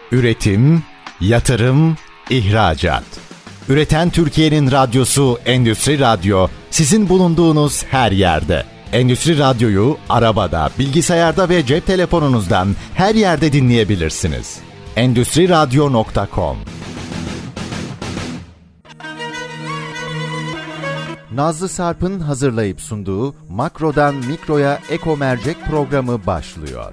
Üretim, yatırım, ihracat. Üreten Türkiye'nin radyosu Endüstri Radyo, sizin bulunduğunuz her yerde. Endüstri Radyo'yu arabada, bilgisayarda ve cep telefonunuzdan her yerde dinleyebilirsiniz. Endüstriradyo.com. Nazlı Sarp'ın hazırlayıp sunduğu Makro'dan Mikro'ya Eko Mercek programı başlıyor.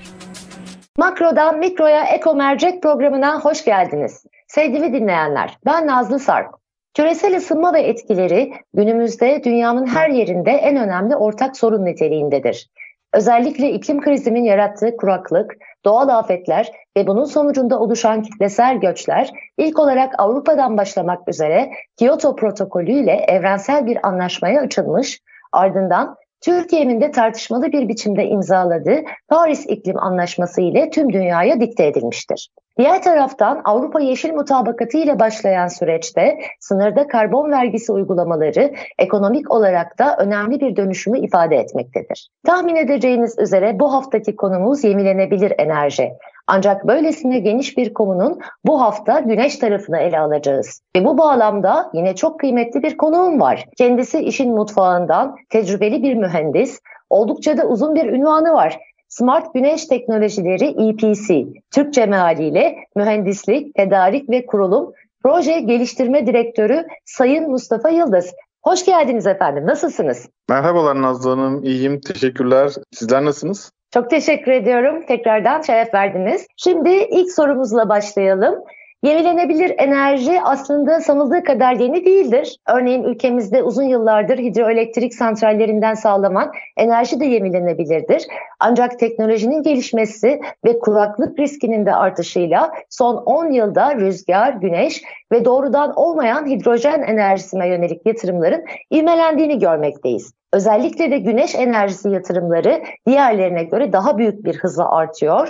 Makro'dan Mikro'ya Eko Mercek programına hoş geldiniz. Sevgili dinleyenler, ben Nazlı Sarp. Küresel ısınma ve etkileri günümüzde dünyanın her yerinde en önemli ortak sorun niteliğindedir. Özellikle iklim krizinin yarattığı kuraklık, doğal afetler ve bunun sonucunda oluşan kitlesel göçler ilk olarak Avrupa'dan başlamak üzere Kyoto Protokolü ile evrensel bir anlaşmaya açılmış, ardından Türkiye'nin de tartışmalı bir biçimde imzaladığı Paris İklim Anlaşması ile tüm dünyaya dikte edilmiştir. Diğer taraftan Avrupa Yeşil Mutabakatı ile başlayan süreçte sınırda karbon vergisi uygulamaları ekonomik olarak da önemli bir dönüşümü ifade etmektedir. Tahmin edeceğiniz üzere bu haftaki konumuz yenilenebilir enerji. Ancak böylesine geniş bir konunun bu hafta güneş tarafını ele alacağız. Ve bu bağlamda yine çok kıymetli bir konuğum var. Kendisi işin mutfağından tecrübeli bir mühendis, oldukça da uzun bir unvanı var. Smart Güneş Teknolojileri EPC, Türkçe mealiyle Mühendislik, Tedarik ve Kurulum Proje Geliştirme Direktörü Sayın Mustafa Yıldız. Hoş geldiniz efendim, nasılsınız? Merhabalar Nazlı Hanım, iyiyim, teşekkürler. Sizler nasılsınız? Çok teşekkür ediyorum. Tekrardan şeref verdiniz. Şimdi ilk sorumuzla başlayalım. Yenilenebilir enerji aslında sanıldığı kadar yeni değildir. Örneğin ülkemizde uzun yıllardır hidroelektrik santrallerinden sağlanan enerji de yenilenebilirdir. Ancak teknolojinin gelişmesi ve kuraklık riskinin de artışıyla son 10 yılda rüzgar, güneş ve doğrudan olmayan hidrojen enerjisine yönelik yatırımların ivmelendiğini görmekteyiz. Özellikle de güneş enerjisi yatırımları diğerlerine göre daha büyük bir hızla artıyor.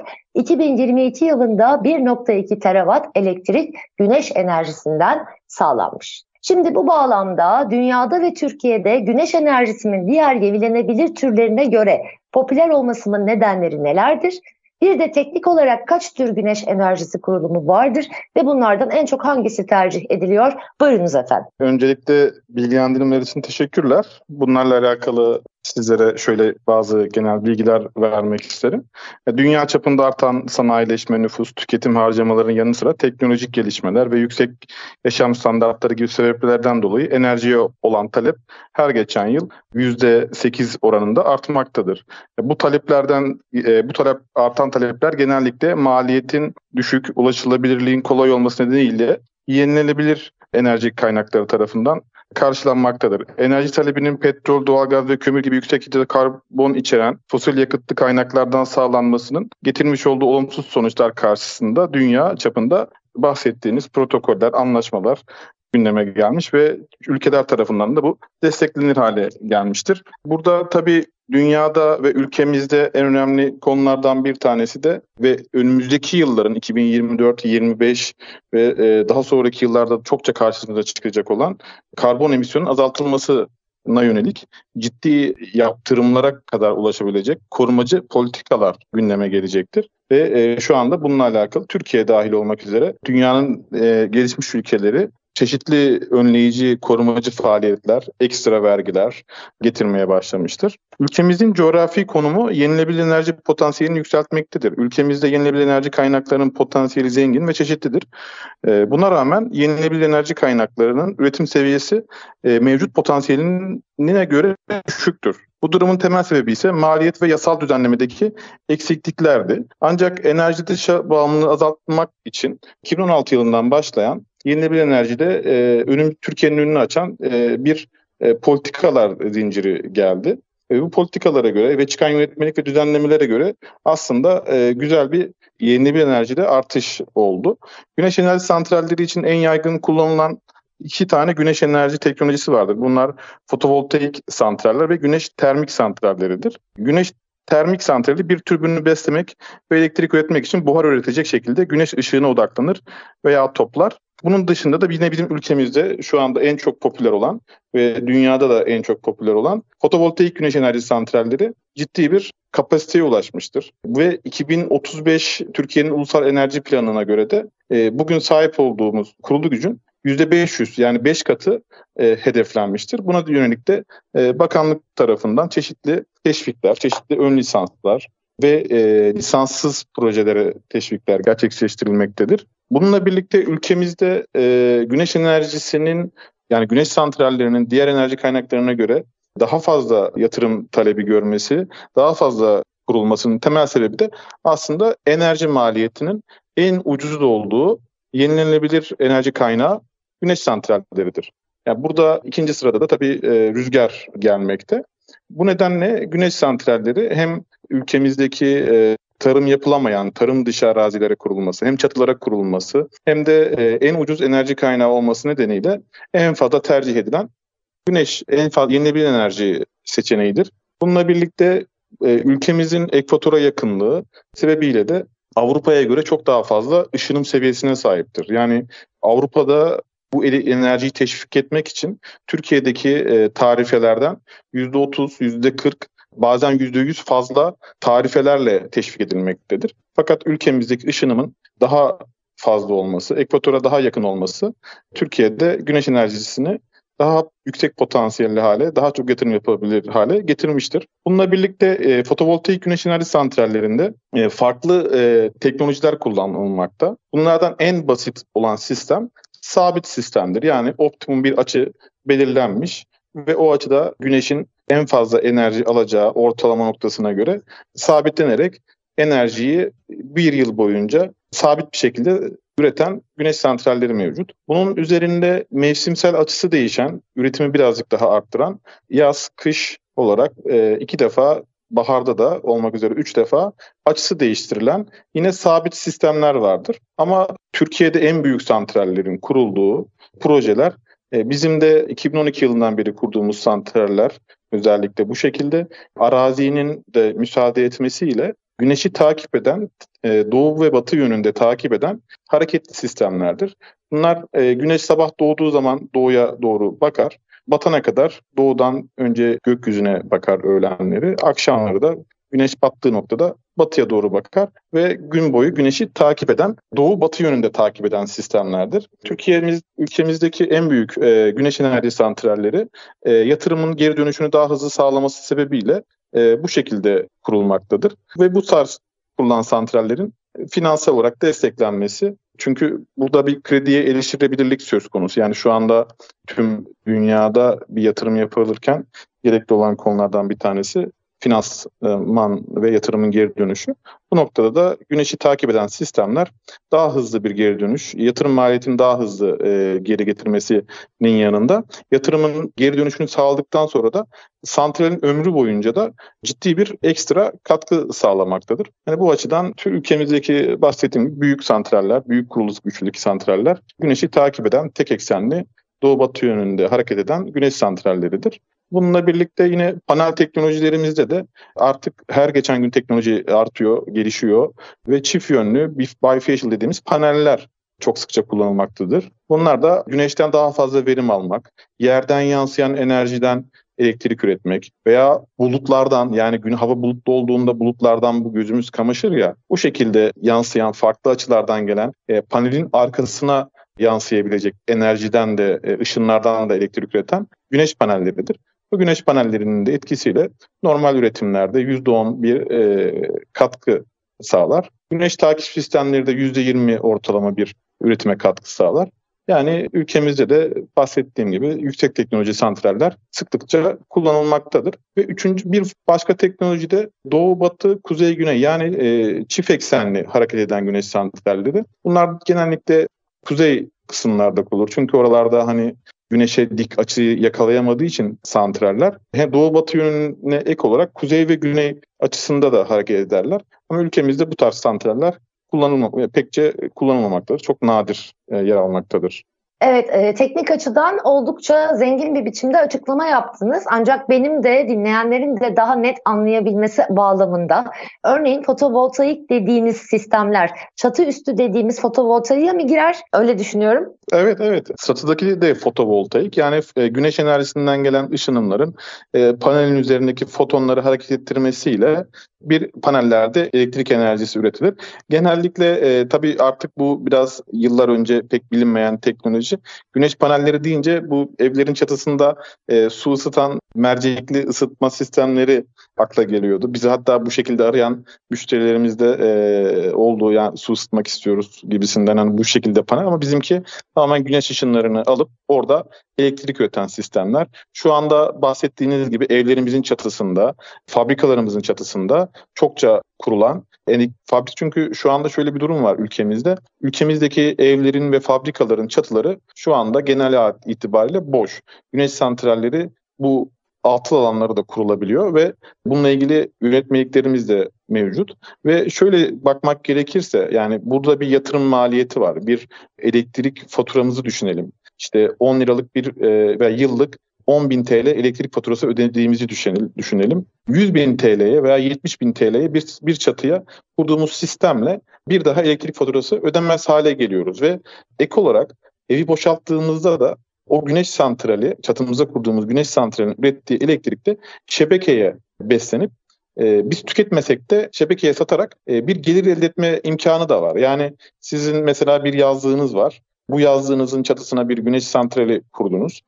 2022 yılında 1,2 terawatt elektrik güneş enerjisinden sağlanmış. Şimdi bu bağlamda dünyada ve Türkiye'de güneş enerjisinin diğer yenilenebilir türlerine göre popüler olmasının nedenleri nelerdir? Bir de teknik olarak kaç tür güneş enerjisi kurulumu vardır ve bunlardan en çok hangisi tercih ediliyor? Buyurunuz efendim. Öncelikle bilgilendirmeler için teşekkürler. Bunlarla alakalı sizlere şöyle bazı genel bilgiler vermek isterim. Dünya çapında artan sanayileşme, nüfus, tüketim harcamalarının yanı sıra teknolojik gelişmeler ve yüksek yaşam standartları gibi sebeplerden dolayı enerjiye olan talep her geçen yıl %8 oranında artmaktadır. Bu artan talepler genellikle maliyetin düşük, ulaşılabilirliğin kolay olması nedeniyle yenilenebilir enerji kaynakları tarafından karşılanmaktadır. Enerji talebinin petrol, doğalgaz ve kömür gibi yüksek karbon içeren fosil yakıtlı kaynaklardan sağlanmasının getirmiş olduğu olumsuz sonuçlar karşısında dünya çapında bahsettiğiniz protokoller, anlaşmalar gündeme gelmiş ve ülkeler tarafından da bu desteklenir hale gelmiştir. Burada tabii dünyada ve ülkemizde en önemli konulardan bir tanesi de ve önümüzdeki yılların 2024-25 ve daha sonraki yıllarda çokça karşımıza çıkacak olan karbon emisyonunun azaltılmasına yönelik ciddi yaptırımlara kadar ulaşabilecek korumacı politikalar gündeme gelecektir. Ve şu anda bununla alakalı Türkiye dahil olmak üzere dünyanın gelişmiş ülkeleri çeşitli önleyici, korumacı faaliyetler, ekstra vergiler getirmeye başlamıştır. Ülkemizin coğrafi konumu yenilenebilir enerji potansiyelini yükseltmektedir. Ülkemizde yenilenebilir enerji kaynaklarının potansiyeli zengin ve çeşitlidir. Buna rağmen yenilenebilir enerji kaynaklarının üretim seviyesi mevcut potansiyeline göre düşüktür. Bu durumun temel sebebi ise maliyet ve yasal düzenlemedeki eksikliklerdi. Ancak enerji dışa bağımlılığı azaltmak için 2016 yılından başlayan yenilenebilir enerjide Türkiye'nin önünü açan bir politikalar zinciri geldi. Bu politikalara göre ve çıkan yönetmelik ve düzenlemelere göre aslında güzel bir yenilenebilir enerjide artış oldu. Güneş enerji santralleri için en yaygın kullanılan 2 tane güneş enerji teknolojisi vardır. Bunlar fotovoltaik santraller ve güneş termik santralleridir. Güneş termik santrali bir türbünü beslemek ve elektrik üretmek için buhar üretecek şekilde güneş ışığına odaklanır veya toplar. Bunun dışında da yine bizim ülkemizde şu anda en çok popüler olan ve dünyada da en çok popüler olan fotovoltaik güneş enerji santralleri ciddi bir kapasiteye ulaşmıştır. Ve 2035 Türkiye'nin ulusal enerji planına göre de bugün sahip olduğumuz kurulu gücün %500 yani 5 katı hedeflenmiştir. Buna yönelik de bakanlık tarafından çeşitli teşvikler, çeşitli ön lisanslar ve lisanssız projelere teşvikler gerçekleştirilmektedir. Bununla birlikte ülkemizde güneş enerjisinin yani güneş santrallerinin diğer enerji kaynaklarına göre daha fazla yatırım talebi görmesi, daha fazla kurulmasının temel sebebi de aslında enerji maliyetinin en ucuz olduğu yenilenebilir enerji kaynağı güneş santralleridir. Yani burada ikinci sırada da tabii rüzgar gelmekte. Bu nedenle güneş santralleri hem ülkemizdeki tarım yapılamayan, tarım dışı arazilere kurulması, hem çatılara kurulması hem de en ucuz enerji kaynağı olması nedeniyle en fazla tercih edilen güneş, en fazla yenilenebilir enerji seçeneğidir. Bununla birlikte ülkemizin ekvatora yakınlığı sebebiyle de Avrupa'ya göre çok daha fazla ışınım seviyesine sahiptir. Yani Avrupa'da bu enerjiyi teşvik etmek için Türkiye'deki tarifelerden %30, %40 bazen %100 fazla tarifelerle teşvik edilmektedir. Fakat ülkemizdeki ışınımın daha fazla olması, ekvatora daha yakın olması Türkiye'de güneş enerjisini daha yüksek potansiyelli hale, daha çok yatırım yapabilir hale getirmiştir. Bununla birlikte fotovoltaik güneş enerji santrallerinde farklı teknolojiler kullanılmakta. Bunlardan en basit olan sistem sabit sistemdir. Yani optimum bir açı belirlenmiş ve o açıda güneşin en fazla enerji alacağı ortalama noktasına göre sabitlenerek enerjiyi bir yıl boyunca sabit bir şekilde üreten güneş santralleri mevcut. Bunun üzerinde mevsimsel açısı değişen, üretimi birazcık daha arttıran yaz, kış olarak 2 defa baharda da olmak üzere 3 defa açısı değiştirilen yine sabit sistemler vardır. Ama Türkiye'de en büyük santrallerin kurulduğu projeler bizim de 2012 yılından beri kurduğumuz santraller özellikle bu şekilde arazinin de müsaade etmesiyle güneşi takip eden, doğu ve batı yönünde takip eden hareketli sistemlerdir. Bunlar güneş sabah doğduğu zaman doğuya doğru bakar. Batana kadar doğudan önce gökyüzüne bakar öğlenleri. Akşamları da güneş battığı noktada batıya doğru bakar ve gün boyu güneşi takip eden, doğu batı yönünde takip eden sistemlerdir. Ülkemizdeki en büyük güneş enerji santralleri yatırımın geri dönüşünü daha hızlı sağlaması sebebiyle bu şekilde kurulmaktadır. Ve bu tarz kurulan santrallerin finansal olarak desteklenmesi. Çünkü burada bir krediye erişilebilirlik söz konusu. Yani şu anda tüm dünyada bir yatırım yapılırken gerekli olan konulardan bir tanesi finansman ve yatırımın geri dönüşü. Bu noktada da güneşi takip eden sistemler daha hızlı bir geri dönüş, yatırım maliyetini daha hızlı geri getirmesinin yanında yatırımın geri dönüşünü sağladıktan sonra da santralin ömrü boyunca da ciddi bir ekstra katkı sağlamaktadır. Yani bu açıdan ülkemizdeki bahsettiğim gibi büyük santraller, büyük kurulu güçlülük santraller güneşi takip eden tek eksenli doğu batı yönünde hareket eden güneş santralleridir. Bununla birlikte yine panel teknolojilerimizde de artık her geçen gün teknoloji artıyor, gelişiyor ve çift yönlü bifacial dediğimiz paneller çok sıkça kullanılmaktadır. Bunlar da güneşten daha fazla verim almak, yerden yansıyan enerjiden elektrik üretmek veya bulutlardan yani hava bulutlu olduğunda bulutlardan bu gözümüz kamaşır ya bu şekilde yansıyan farklı açılardan gelen panelin arkasına yansıyabilecek enerjiden de ışınlardan da elektrik üreten güneş panelleridir. Bu güneş panellerinin de etkisiyle normal üretimlerde %10 bir katkı sağlar. Güneş takip sistemleri de %20 ortalama bir üretime katkı sağlar. Yani ülkemizde de bahsettiğim gibi yüksek teknoloji santraller sıklıkça kullanılmaktadır. Ve bir başka teknoloji de doğu batı kuzey güney yani çift eksenli hareket eden güneş santralleri. Bunlar genellikle kuzey kısımlarda kurulur. Çünkü oralarda güneşe dik açıyı yakalayamadığı için santraller hem doğu batı yönüne ek olarak kuzey ve güney açısında da hareket ederler. Ama ülkemizde bu tarz santraller pekçe kullanılmamaktadır. Çok nadir yer almaktadır. Evet, teknik açıdan oldukça zengin bir biçimde açıklama yaptınız. Ancak benim de dinleyenlerin de daha net anlayabilmesi bağlamında örneğin fotovoltaik dediğimiz sistemler çatı üstü dediğimiz fotovoltaiğe mi girer? Öyle düşünüyorum. Evet, evet. Satıdaki de fotovoltaik. Yani güneş enerjisinden gelen ışınımların panelin üzerindeki fotonları hareket ettirmesiyle bir panellerde elektrik enerjisi üretilir. Genellikle tabii artık bu biraz yıllar önce pek bilinmeyen teknoloji. Güneş panelleri deyince bu evlerin çatısında su ısıtan mercekli ısıtma sistemleri akla geliyordu. Bizi hatta bu şekilde arayan müşterilerimiz de oldu. Yani su ısıtmak istiyoruz gibisinden, hani bu şekilde panel, ama bizimki tamamen güneş ışınlarını alıp orada elektrik üreten sistemler. Şu anda bahsettiğiniz gibi evlerimizin çatısında, fabrikalarımızın çatısında çokça kurulan fabrik, çünkü şu anda şöyle bir durum var ülkemizde. Ülkemizdeki evlerin ve fabrikaların çatıları şu anda genel itibariyle boş. Güneş santralleri bu atıl alanları da kurulabiliyor ve bununla ilgili üretmeliklerimiz de mevcut. Ve şöyle bakmak gerekirse, yani burada bir yatırım maliyeti var. Bir elektrik faturamızı düşünelim. İşte 10 liralık bir ve yıllık 10.000 TL elektrik faturası ödediğimizi düşünelim. 100.000 TL'ye veya 70.000 TL'ye bir çatıya kurduğumuz sistemle bir daha elektrik faturası ödenmez hale geliyoruz ve ek olarak evi boşalttığımızda da o güneş santrali, çatımıza kurduğumuz güneş santralinin ürettiği elektrikte şebekeye beslenip biz tüketmesek de şebekeye satarak bir gelir elde etme imkanı da var. Yani sizin mesela bir yazlığınız var. Bu yazlığınızın çatısına bir güneş santrali kurdunuz.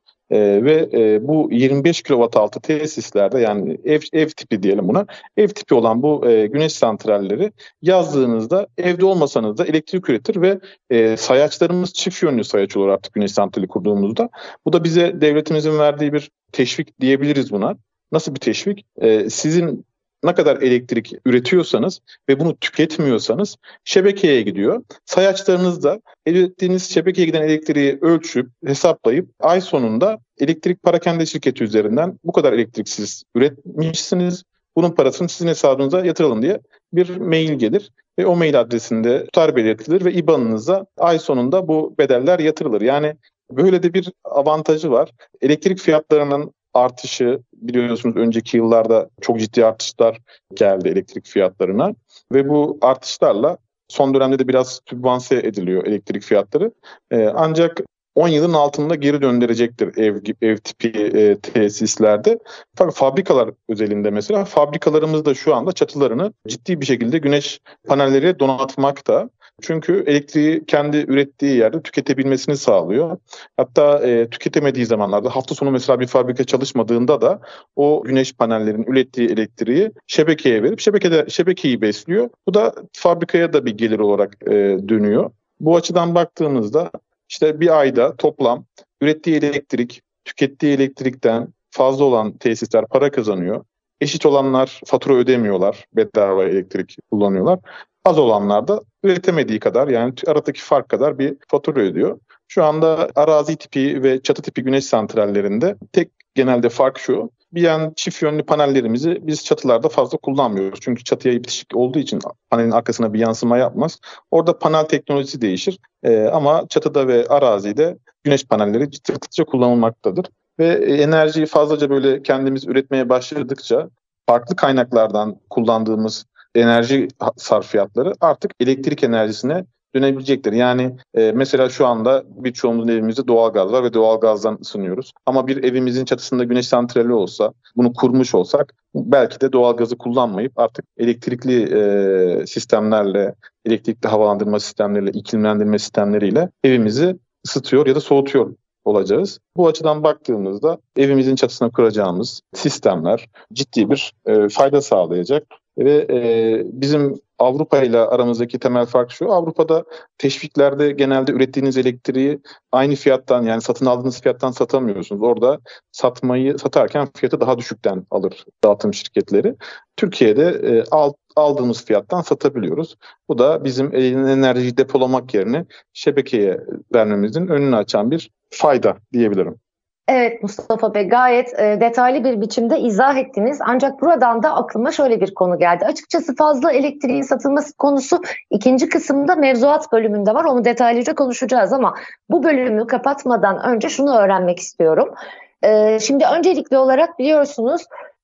Ve bu 25 kilowatt altı tesislerde, yani ev tipi diyelim buna. Ev tipi olan bu güneş santralleri yazdığınızda evde olmasanız da elektrik üretir ve sayaçlarımız çift yönlü sayaç olur artık güneş santrali kurduğumuzda. Bu da bize devletimizin verdiği bir teşvik diyebiliriz buna. Nasıl bir teşvik? Sizin ne kadar elektrik üretiyorsanız ve bunu tüketmiyorsanız şebekeye gidiyor. Sayaçlarınız da ürettiğiniz şebekeye giden elektriği ölçüp hesaplayıp ay sonunda elektrik parakende şirketi üzerinden bu kadar elektrik siz üretmişsiniz, bunun parasını sizin hesabınıza yatıralım diye bir mail gelir ve o mail adresinde tutar belirtilir ve IBAN'ınıza ay sonunda bu bedeller yatırılır. Yani böyle de bir avantajı var. Elektrik fiyatlarının artışı, biliyorsunuz önceki yıllarda çok ciddi artışlar geldi elektrik fiyatlarına ve bu artışlarla son dönemde de biraz sübvanse ediliyor elektrik fiyatları. Ancak 10 yılın altında geri döndürecektir ev tipi tesislerde. Fakat fabrikalar özelinde, mesela fabrikalarımız da şu anda çatılarını ciddi bir şekilde güneş panelleriyle donatmakta. Çünkü elektriği kendi ürettiği yerde tüketebilmesini sağlıyor. Hatta tüketemediği zamanlarda, hafta sonu mesela bir fabrika çalışmadığında da o güneş panellerinin ürettiği elektriği şebekeye verip şebekeyi besliyor. Bu da fabrikaya da bir gelir olarak dönüyor. Bu açıdan baktığımızda işte bir ayda toplam ürettiği elektrik, tükettiği elektrikten fazla olan tesisler para kazanıyor. Eşit olanlar fatura ödemiyorlar, bedava elektrik kullanıyorlar. Az olanlar da üretemediği kadar, yani aradaki fark kadar bir fatura ödüyor. Şu anda arazi tipi ve çatı tipi güneş santrallerinde tek genelde fark şu: bir yan çift yönlü panellerimizi biz çatılarda fazla kullanmıyoruz. Çünkü çatıya bitişik olduğu için panelin arkasına bir yansıma yapmaz. Orada panel teknolojisi değişir. Ama çatıda ve arazide güneş panelleri sıklıkça kullanılmaktadır. Ve enerjiyi fazlaca böyle kendimiz üretmeye başladıkça farklı kaynaklardan kullandığımız enerji sarfiyatları artık elektrik enerjisine dönebilecektir. Yani mesela şu anda birçoğumuzun evimizde doğalgaz var ve doğalgazdan ısınıyoruz. Ama bir evimizin çatısında güneş santrali olsa, bunu kurmuş olsak belki de doğalgazı kullanmayıp artık elektrikli sistemlerle, elektrikli havalandırma sistemleriyle, iklimlendirme sistemleriyle evimizi ısıtıyor ya da soğutuyor olacağız. Bu açıdan baktığımızda evimizin çatısına kuracağımız sistemler ciddi bir fayda sağlayacak. Ve bizim Avrupa ile aramızdaki temel fark şu: Avrupa'da teşviklerde genelde ürettiğiniz elektriği aynı fiyattan, yani satın aldığınız fiyattan satamıyorsunuz. Orada satarken fiyatı daha düşükten alır dağıtım şirketleri. Türkiye'de aldığımız fiyattan satabiliyoruz. Bu da bizim enerjiyi depolamak yerine şebekeye vermemizin önünü açan bir fayda diyebilirim. Evet Mustafa Bey, gayet detaylı bir biçimde izah ettiniz. Ancak buradan da aklıma şöyle bir konu geldi. Açıkçası fazla elektriğin satılması konusu ikinci kısımda mevzuat bölümünde var. Onu detaylıca konuşacağız ama bu bölümü kapatmadan önce şunu öğrenmek istiyorum. Şimdi öncelikli olarak biliyorsunuz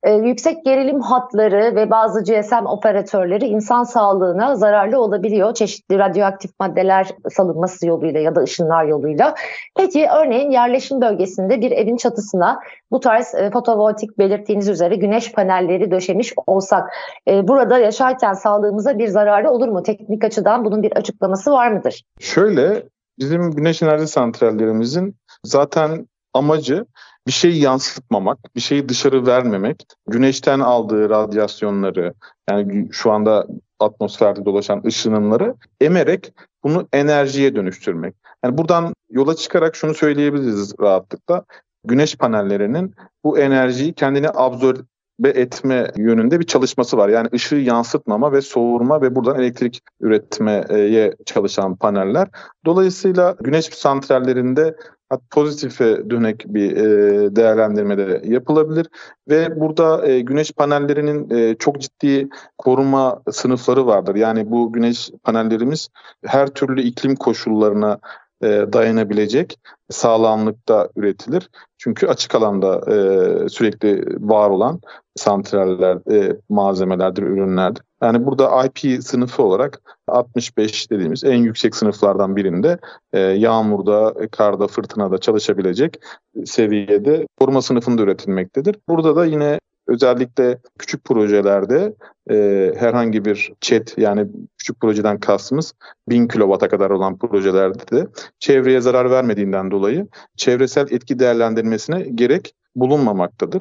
yüksek gerilim hatları ve bazı GSM operatörleri insan sağlığına zararlı olabiliyor. Çeşitli radyoaktif maddeler salınması yoluyla ya da ışınlar yoluyla. Peki örneğin yerleşim bölgesinde bir evin çatısına bu tarz fotovoltaik belirttiğiniz üzere güneş panelleri döşemiş olsak burada yaşarken sağlığımıza bir zararı olur mu? Teknik açıdan bunun bir açıklaması var mıdır? Şöyle, bizim güneş enerji santrallerimizin zaten amacı bir şeyi yansıtmamak, bir şeyi dışarı vermemek, güneşten aldığı radyasyonları, yani şu anda atmosferde dolaşan ışınımları emerek bunu enerjiye dönüştürmek. Yani buradan yola çıkarak şunu söyleyebiliriz rahatlıkla. Güneş panellerinin bu enerjiyi kendine absorbe etme yönünde bir çalışması var. Yani ışığı yansıtmama ve soğurma ve buradan elektrik üretmeye çalışan paneller. Dolayısıyla güneş santrallerinde pozitife dönek bir değerlendirme de yapılabilir ve burada güneş panellerinin çok ciddi koruma sınıfları vardır. Yani bu güneş panellerimiz her türlü iklim koşullarına dayanabilecek sağlamlıkta üretilir. Çünkü açık alanda sürekli var olan santraller, malzemelerdir, ürünlerdir. Yani burada IP sınıfı olarak 65 dediğimiz en yüksek sınıflardan birinde yağmurda, karda, fırtınada çalışabilecek seviyede koruma sınıfında üretilmektedir. Burada da yine özellikle küçük projelerde herhangi bir ÇED, yani küçük projeden kastımız 1000 kW'a kadar olan projelerde de çevreye zarar vermediğinden dolayı çevresel etki değerlendirmesine gerek bulunmamaktadır.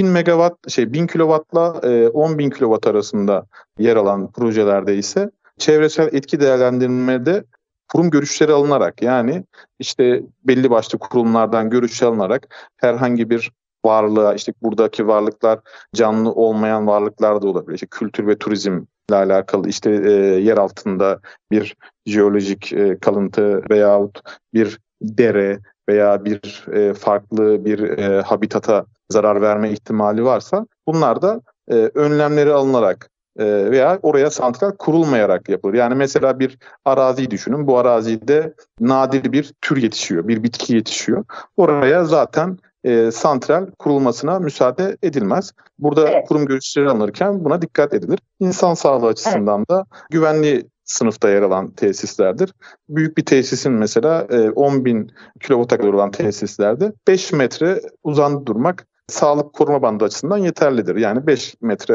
1000 kW'la 10.000 kW arasında yer alan projelerde ise çevresel etki değerlendirmede kurum görüşleri alınarak, yani işte belli başlı kurumlardan görüş alınarak herhangi bir varlığa, işte buradaki varlıklar canlı olmayan varlıklar da olabilir. İşte kültür ve turizmle alakalı, işte yer altında bir jeolojik kalıntı veyahut bir dere veya bir farklı bir habitata zarar verme ihtimali varsa bunlar da önlemleri alınarak veya oraya santral kurulmayarak yapılır. Yani mesela bir araziyi düşünün. Bu arazide nadir bir tür yetişiyor, bir bitki yetişiyor. Oraya zaten santral kurulmasına müsaade edilmez. Burada kurum görüşleri alınırken buna dikkat edilir. İnsan sağlığı açısından da güvenli sınıfta yer alan tesislerdir. Büyük bir tesisin mesela 10.000 kW'a kadar olan tesislerde 5 metre uzandı durmak sağlık koruma bandı açısından yeterlidir. Yani 5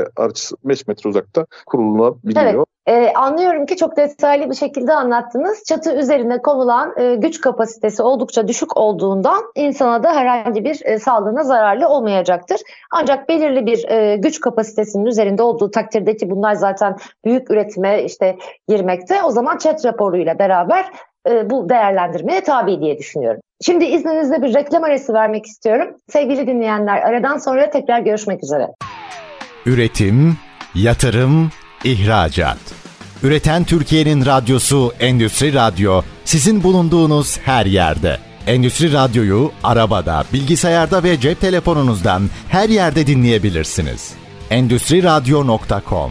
metre uzakta kurulabiliyor. Evet. Anlıyorum ki çok detaylı bir şekilde anlattınız. Çatı üzerine konulan güç kapasitesi oldukça düşük olduğundan insana da herhangi bir sağlığına zararlı olmayacaktır. Ancak belirli bir güç kapasitesinin üzerinde olduğu takdirde, ki bunlar zaten büyük üretime girmekte, o zaman ÇED raporuyla beraber bu değerlendirmeye tabi diye düşünüyorum. Şimdi izninizle bir reklam arası vermek istiyorum. Sevgili dinleyenler, aradan sonra tekrar görüşmek üzere. Üretim, yatırım, ihracat. Üreten Türkiye'nin radyosu Endüstri Radyo, sizin bulunduğunuz her yerde. Endüstri Radyo'yu arabada, bilgisayarda ve cep telefonunuzdan her yerde dinleyebilirsiniz. Endüstriradyo.com.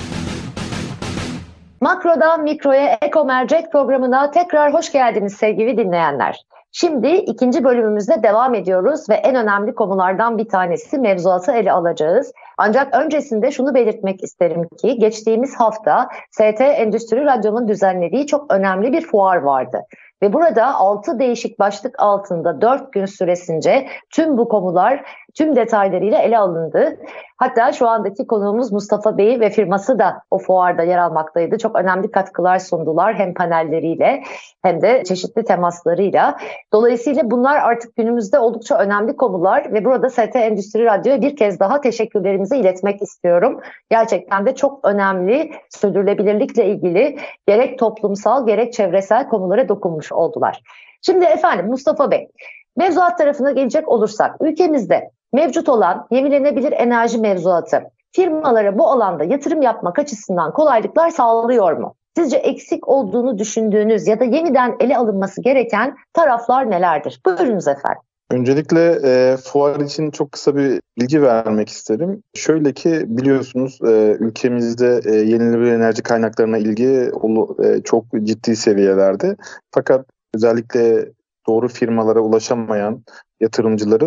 Makrodan Mikro'ya Eko Mercek programına tekrar hoş geldiniz sevgili dinleyenler. Şimdi ikinci bölümümüzde devam ediyoruz ve en önemli konulardan bir tanesi mevzuatı ele alacağız. Ancak öncesinde şunu belirtmek isterim ki geçtiğimiz hafta ST Endüstri Radyo'nun düzenlediği çok önemli bir fuar vardı. Ve burada 6 değişik başlık altında 4 gün süresince tüm bu konular tüm detaylarıyla ele alındı. Hatta şu andaki konuğumuz Mustafa Bey ve firması da o fuarda yer almaktaydı. Çok önemli katkılar sundular hem panelleriyle hem de çeşitli temaslarıyla. Dolayısıyla bunlar artık günümüzde oldukça önemli konular ve burada ST Endüstri Radyo'ya bir kez daha teşekkürlerimizi iletmek istiyorum. Gerçekten de çok önemli, sürdürülebilirlikle ilgili gerek toplumsal gerek çevresel konulara dokunmuş oldular. Şimdi efendim Mustafa Bey, mevzuat tarafına gelecek olursak ülkemizde mevcut olan yenilenebilir enerji mevzuatı firmalara bu alanda yatırım yapmak açısından kolaylıklar sağlıyor mu? Sizce eksik olduğunu düşündüğünüz ya da yeniden ele alınması gereken taraflar nelerdir? Buyurunuz efendim. Öncelikle fuar için çok kısa bir bilgi vermek isterim. Şöyle ki biliyorsunuz ülkemizde yenilenebilir enerji kaynaklarına ilgi çok ciddi seviyelerde. Fakat özellikle doğru firmalara ulaşamayan yatırımcıların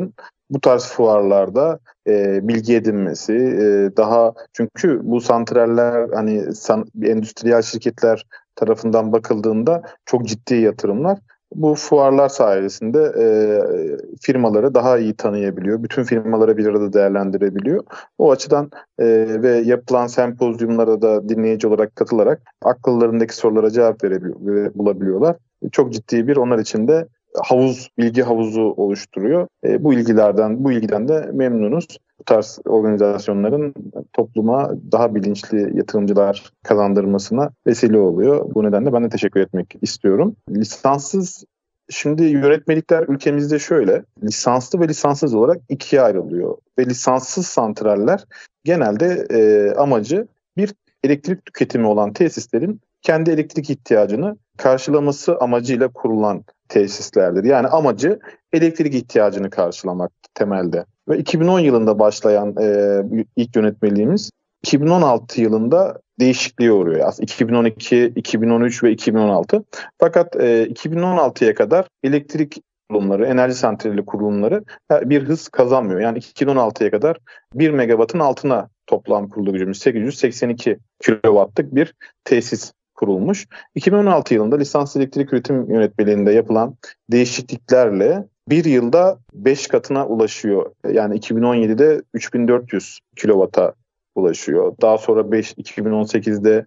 bu tarz fuarlarda bilgi edinmesi, daha çünkü bu santraller hani endüstriyel şirketler tarafından bakıldığında çok ciddi yatırımlar. Bu fuarlar sayesinde firmaları daha iyi tanıyabiliyor. Bütün firmaları bir arada değerlendirebiliyor. O açıdan ve yapılan sempozyumlara da dinleyici olarak katılarak akıllarındaki sorulara cevap bulabiliyorlar. Çok ciddi bir onlar için de bilgi havuzu oluşturuyor. Bu ilgiden de memnunuz. Bu tarz organizasyonların topluma daha bilinçli yatırımcılar kazandırmasına vesile oluyor. Bu nedenle ben de teşekkür etmek istiyorum. Şimdi yönetmelikler ülkemizde şöyle, lisanslı ve lisanssız olarak ikiye ayrılıyor. Ve lisanssız santraller genelde amacı bir elektrik tüketimi olan tesislerin kendi elektrik ihtiyacını karşılaması amacıyla kurulan tesislerdir. Yani amacı elektrik ihtiyacını karşılamak temelde. Ve 2010 yılında başlayan ilk yönetmeliğimiz 2016 yılında değişikliğe uğruyor. Aslında 2012, 2013 ve 2016. Fakat 2016'ya kadar elektrik kurulumları, enerji santrali kurulumları bir hız kazanmıyor. Yani 2016'ya kadar 1 megawattın altına toplam kurulu gücümüz 882 kilowattlık bir tesis kurulmuş. 2016 yılında lisanslı elektrik üretim yönetmeliğinde yapılan değişikliklerle bir yılda 5 katına ulaşıyor. Yani 2017'de 3400 kilowata ulaşıyor. Daha sonra 2018'de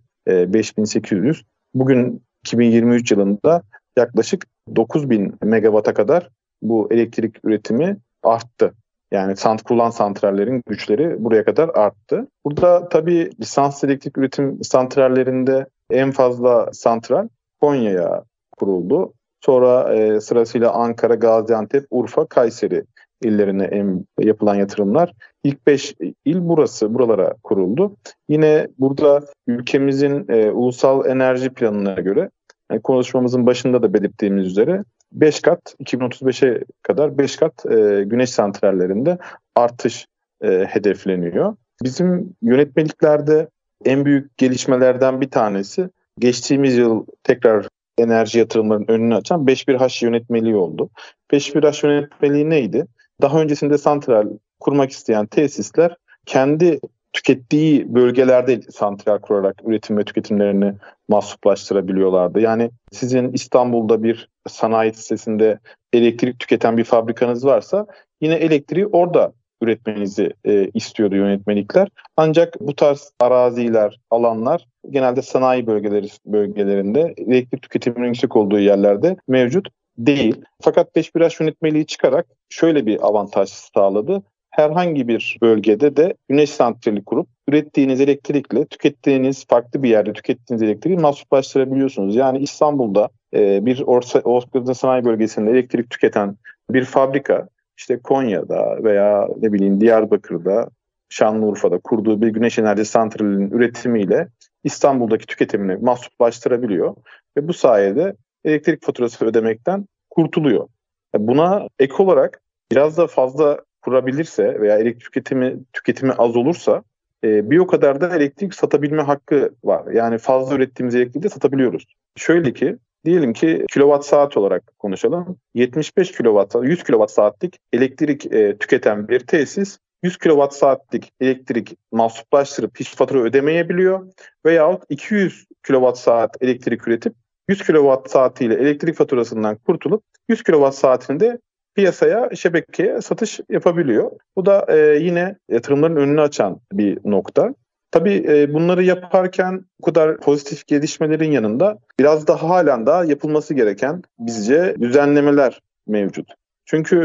5800. Bugün 2023 yılında yaklaşık 9000 megawata kadar bu elektrik üretimi arttı. Yani kurulan santrallerin güçleri buraya kadar arttı. Burada tabii lisanslı elektrik üretim santrallerinde en fazla santral Konya'ya kuruldu. Sonra sırasıyla Ankara, Gaziantep, Urfa, Kayseri illerine yapılan yatırımlar. İlk 5 il buralara kuruldu. Yine burada ülkemizin ulusal enerji planına göre konuşmamızın başında da belirttiğimiz üzere 5 kat 2035'e kadar 5 kat güneş santrallerinde artış hedefleniyor. Bizim yönetmeliklerde en büyük gelişmelerden bir tanesi geçtiğimiz yıl tekrar enerji yatırımlarının önünü açan 5.1H yönetmeliği oldu. 5.1H yönetmeliği neydi? Daha öncesinde santral kurmak isteyen tesisler kendi tükettiği bölgelerde santral kurarak üretim ve tüketimlerini mahsuplaştırabiliyorlardı. Yani sizin İstanbul'da bir sanayi sitesinde elektrik tüketen bir fabrikanız varsa yine elektriği orada üretmenizi istiyordu yönetmelikler. Ancak bu tarz araziler, alanlar genelde sanayi bölgelerinde elektrik tüketiminin yüksek olduğu yerlerde mevcut değil. Fakat 5.1H yönetmeliği çıkarak şöyle bir avantaj sağladı. Herhangi bir bölgede de güneş santrali kurup ürettiğiniz elektrikle farklı bir yerde tükettiğiniz elektriği mahsuplaştırabiliyorsunuz. Yani İstanbul'da bir orta sanayi bölgesinde elektrik tüketen bir fabrika işte Konya'da veya Diyarbakır'da, Şanlıurfa'da kurduğu bir güneş enerji santralinin üretimiyle İstanbul'daki tüketimini mahsuplaştırabiliyor ve bu sayede elektrik faturası ödemekten kurtuluyor. Buna ek olarak biraz da fazla kurabilirse veya elektrik tüketimi az olursa bir o kadar da elektrik satabilme hakkı var. Yani fazla ürettiğimiz elektriği de satabiliyoruz. Şöyle ki diyelim ki kilowatt saat olarak konuşalım. 75 kilowatt, 100 kilowatt saatlik elektrik tüketen bir tesis 100 kilowatt saatlik elektrik mahsuplaştırıp hiç fatura ödemeyebiliyor veyahut 200 kilowatt saat elektrik üretip 100 kilowatt saatiyle elektrik faturasından kurtulup 100 kilowatt saatini de piyasaya, şebekeye satış yapabiliyor. Bu da yine yatırımların önünü açan bir nokta. Tabii bunları yaparken bu kadar pozitif gelişmelerin yanında biraz da halen daha yapılması gereken bizce düzenlemeler mevcut. Çünkü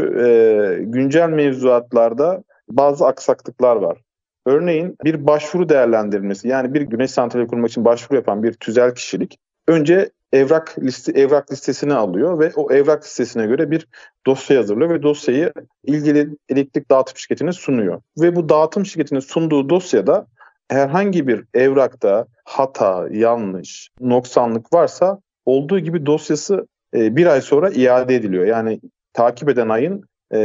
güncel mevzuatlarda bazı aksaklıklar var. Örneğin bir başvuru değerlendirilmesi, yani bir güneş santrali kurmak için başvuru yapan bir tüzel kişilik önce evrak listesini alıyor ve o evrak listesine göre bir dosya hazırlıyor ve dosyayı ilgili elektrik dağıtım şirketine sunuyor. Ve bu dağıtım şirketine sunduğu dosyada herhangi bir evrakta hata, yanlış, noksanlık varsa olduğu gibi dosyası bir ay sonra iade ediliyor. Yani takip eden ayın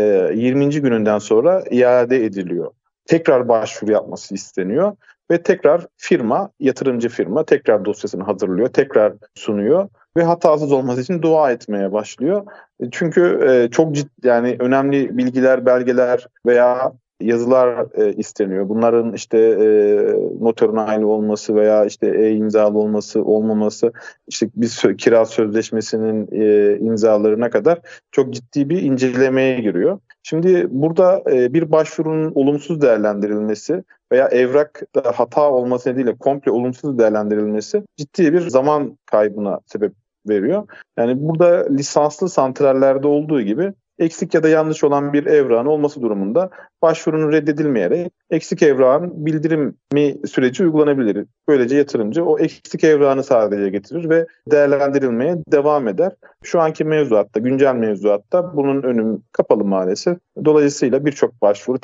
20. gününden sonra iade ediliyor. Tekrar başvuru yapması isteniyor ve tekrar yatırımcı firma tekrar dosyasını hazırlıyor, tekrar sunuyor ve hatasız olması için dua etmeye başlıyor. Çünkü çok ciddi, yani önemli bilgiler, belgeler veya yazılar isteniyor. Bunların işte noterın aynı olması veya işte imzalı olması, olmaması, işte bir kira sözleşmesinin imzalarına kadar çok ciddi bir incelemeye giriyor. Şimdi burada bir başvurunun olumsuz değerlendirilmesi veya evrakta hata olması nedeniyle komple olumsuz değerlendirilmesi ciddi bir zaman kaybına sebep veriyor. Yani burada lisanslı santrallerde olduğu gibi eksik ya da yanlış olan bir evrağın olması durumunda başvurunun reddedilmeyerek eksik evrağın bildirimi süreci uygulanabilir. Böylece yatırımcı o eksik evrağını sadece getirir ve değerlendirilmeye devam eder. Şu anki mevzuatta, güncel mevzuatta bunun önü kapalı maalesef. Dolayısıyla birçok başvuru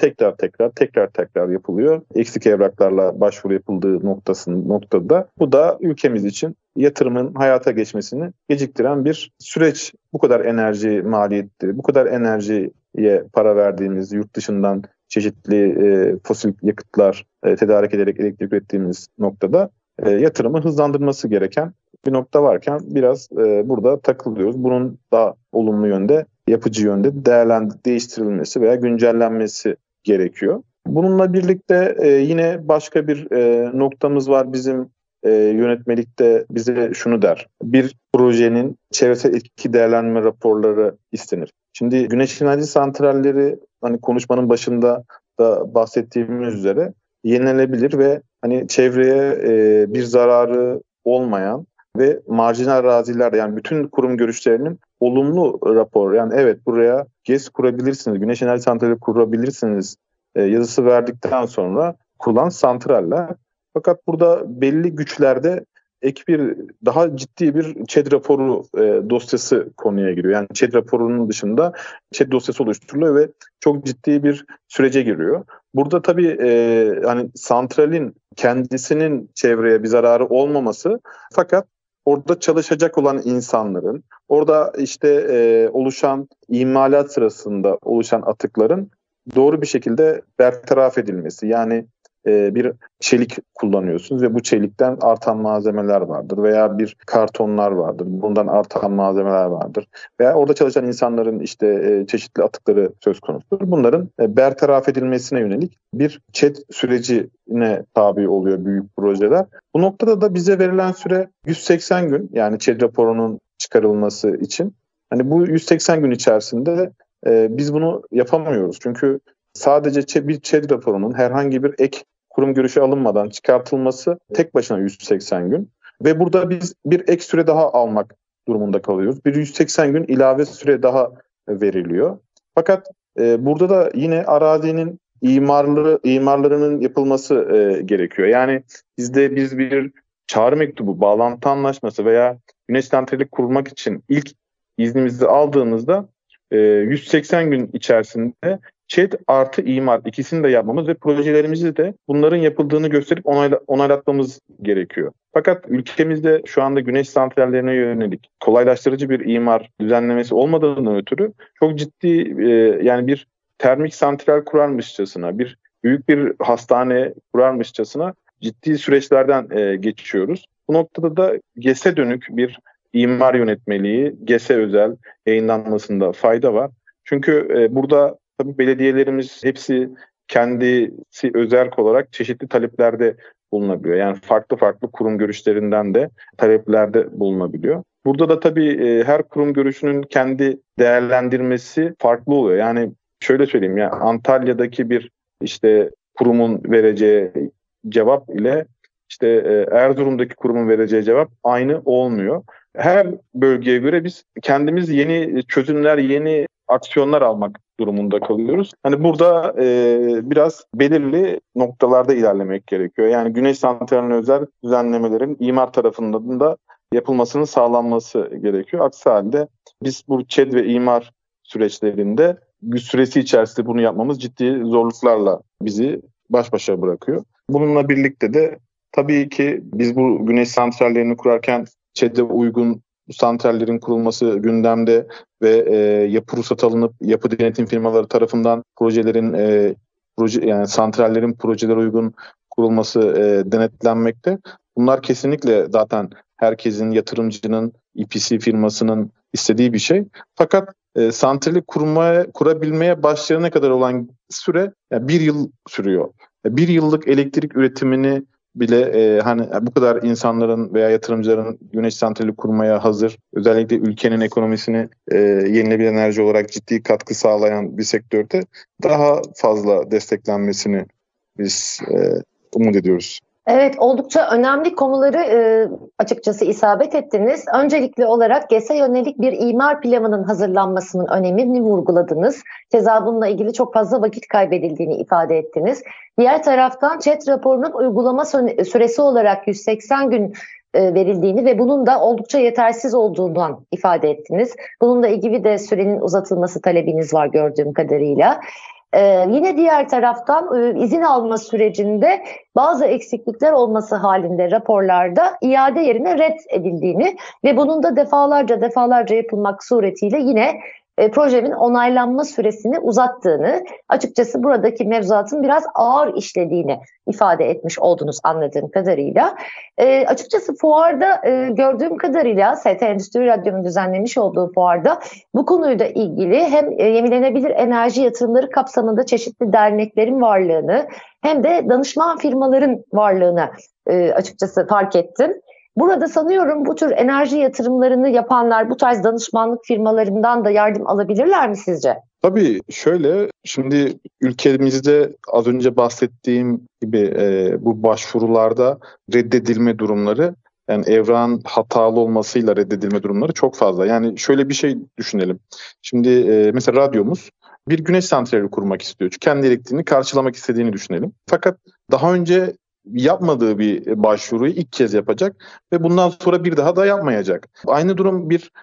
tekrar yapılıyor. Eksik evraklarla başvuru yapıldığı noktada. Bu da ülkemiz için yatırımın hayata geçmesini geciktiren bir süreç. Bu kadar enerji maliyetleri, bu kadar enerjiye para verdiğimiz, yurt dışından çeşitli fosil yakıtlar tedarik ederek elektrik ürettiğimiz noktada yatırımı hızlandırması gereken bir nokta varken biraz burada takılıyoruz. Bunun daha olumlu yönde, yapıcı yönde değiştirilmesi veya güncellenmesi gerekiyor. Bununla birlikte yine başka bir noktamız var bizim yönetmelikte bize şunu der. Bir projenin çevresel etki değerlendirme raporları istenir. Şimdi güneş enerji santralleri, hani konuşmanın başında da bahsettiğimiz üzere, yenilenebilir ve hani çevreye bir zararı olmayan ve marjinal arazilerde, yani bütün kurum görüşlerinin olumlu rapor, yani evet buraya GES kurabilirsiniz, güneş enerji santrali kurabilirsiniz yazısı verdikten sonra kurulan santraller. Fakat burada belli güçlerde daha ciddi bir ÇED raporu dosyası konuya giriyor. Yani ÇED raporunun dışında ÇED dosyası oluşturuluyor ve çok ciddi bir sürece giriyor. Burada tabii hani santralin kendisinin çevreye bir zararı olmaması, fakat orada çalışacak olan insanların, orada işte oluşan imalat sırasında oluşan atıkların doğru bir şekilde bertaraf edilmesi. Yani bir çelik kullanıyorsunuz ve bu çelikten artan malzemeler vardır veya bir kartonlar vardır. Bundan artan malzemeler vardır. Veya orada çalışan insanların işte çeşitli atıkları söz konusudur. Bunların bertaraf edilmesine yönelik bir ÇED sürecine tabi oluyor büyük projeler. Bu noktada da bize verilen süre 180 gün, yani ÇED raporunun çıkarılması için. Hani bu 180 gün içerisinde biz bunu yapamıyoruz. Çünkü sadece bir ÇED raporunun herhangi bir ek kurum görüşü alınmadan çıkartılması tek başına 180 gün. Ve burada biz bir ek süre daha almak durumunda kalıyoruz. Bir 180 gün ilave süre daha veriliyor. Fakat burada da yine arazinin imarlarının yapılması gerekiyor. Yani biz bir çağrı mektubu, bağlantı anlaşması veya güneş santrali kurmak için ilk iznimizi aldığımızda 180 gün içerisinde ÇED artı imar ikisini de yapmamız ve projelerimizi de bunların yapıldığını gösterip onaylatmamız gerekiyor. Fakat ülkemizde şu anda güneş santrallerine yönelik kolaylaştırıcı bir imar düzenlemesi olmadığından ötürü çok ciddi yani bir termik santral kurarmışçasına, büyük bir hastane kurarmışçasına ciddi süreçlerden geçiyoruz. Bu noktada da GES'e dönük bir imar yönetmeliği, GES'e özel yayınlanmasında fayda var. Çünkü burada tabii belediyelerimiz hepsi kendisi özerk olarak çeşitli taleplerde bulunabiliyor. Yani farklı kurum görüşlerinden de taleplerde bulunabiliyor. Burada da tabii her kurum görüşünün kendi değerlendirmesi farklı oluyor. Yani şöyle söyleyeyim, ya Antalya'daki bir işte kurumun vereceği cevap ile işte Erzurum'daki kurumun vereceği cevap aynı olmuyor. Her bölgeye göre biz kendimiz yeni çözümler, yeni aksiyonlar almak durumunda kalıyoruz. Hani burada biraz belirli noktalarda ilerlemek gerekiyor. Yani güneş santraline özel düzenlemelerin imar tarafından da yapılmasının sağlanması gerekiyor. Aksi halde biz bu ÇED ve imar süreçlerinde süresi içerisinde bunu yapmamız ciddi zorluklarla bizi baş başa bırakıyor. Bununla birlikte de tabii ki biz bu güneş santrallerini kurarken ÇED'e uygun santrallerin kurulması gündemde ve yapı ruhsatı alınıp yapı denetim firmaları tarafından yani santrallerin projelere uygun kurulması denetlenmekte. Bunlar kesinlikle zaten herkesin, yatırımcının EPC firmasının istediği bir şey. Fakat santrali kurabilmeye başlayana kadar olan süre yani 1 yıl sürüyor. 1 yıllık elektrik üretimini bile hani bu kadar insanların veya yatırımcıların güneş santrali kurmaya hazır, özellikle ülkenin ekonomisini yenilenebilir enerji olarak ciddi katkı sağlayan bir sektörde daha fazla desteklenmesini biz umut ediyoruz. Evet, oldukça önemli konuları açıkçası isabet ettiniz. Öncelikli olarak GES'e yönelik bir imar planının hazırlanmasının önemini vurguladınız. Keza bununla ilgili çok fazla vakit kaybedildiğini ifade ettiniz. Diğer taraftan ÇED raporunun uygulama süresi olarak 180 gün verildiğini ve bunun da oldukça yetersiz olduğundan ifade ettiniz. Bununla ilgili de sürenin uzatılması talebiniz var gördüğüm kadarıyla. Yine diğer taraftan izin alma sürecinde bazı eksiklikler olması halinde raporlarda iade yerine red edildiğini ve bunun da defalarca yapılmak suretiyle yine projenin onaylanma süresini uzattığını, açıkçası buradaki mevzuatın biraz ağır işlediğini ifade etmiş oldunuz anladığım kadarıyla. Açıkçası fuarda gördüğüm kadarıyla ST Endüstri Radyo'nun düzenlemiş olduğu fuarda bu konuyla ilgili hem yenilenebilir enerji yatırımları kapsamında çeşitli derneklerin varlığını hem de danışman firmaların varlığını açıkçası fark ettim. Burada sanıyorum bu tür enerji yatırımlarını yapanlar bu tarz danışmanlık firmalarından da yardım alabilirler mi sizce? Tabii şöyle, şimdi ülkemizde az önce bahsettiğim gibi bu başvurularda reddedilme durumları, yani evrağın hatalı olmasıyla reddedilme durumları çok fazla. Yani şöyle bir şey düşünelim. Şimdi mesela radyomuz bir güneş santrali kurmak istiyor. Çünkü kendi elektriğini karşılamak istediğini düşünelim. Fakat daha önce yapmadığı bir başvuruyu ilk kez yapacak ve bundan sonra bir daha da yapmayacak. Aynı durum bir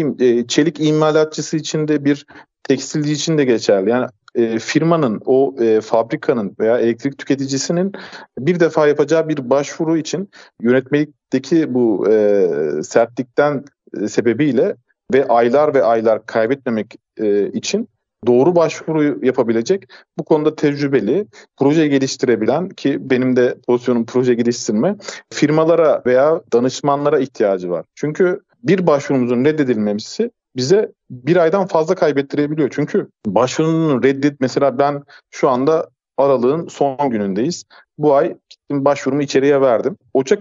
çelik imalatçısı için de bir tekstilci için de geçerli. Yani firmanın, fabrikanın veya elektrik tüketicisinin bir defa yapacağı bir başvuru için yönetmelikteki bu sertlikten sebebiyle ve aylar kaybetmemek için doğru başvuru yapabilecek, bu konuda tecrübeli, proje geliştirebilen, ki benim de pozisyonum proje geliştirme, firmalara veya danışmanlara ihtiyacı var. Çünkü bir başvurumuzun reddedilmesi bize 1 aydan fazla kaybettirebiliyor. Çünkü başvurunun mesela ben şu anda aralığın son günündeyiz. Bu ay gittim başvurumu içeriye verdim.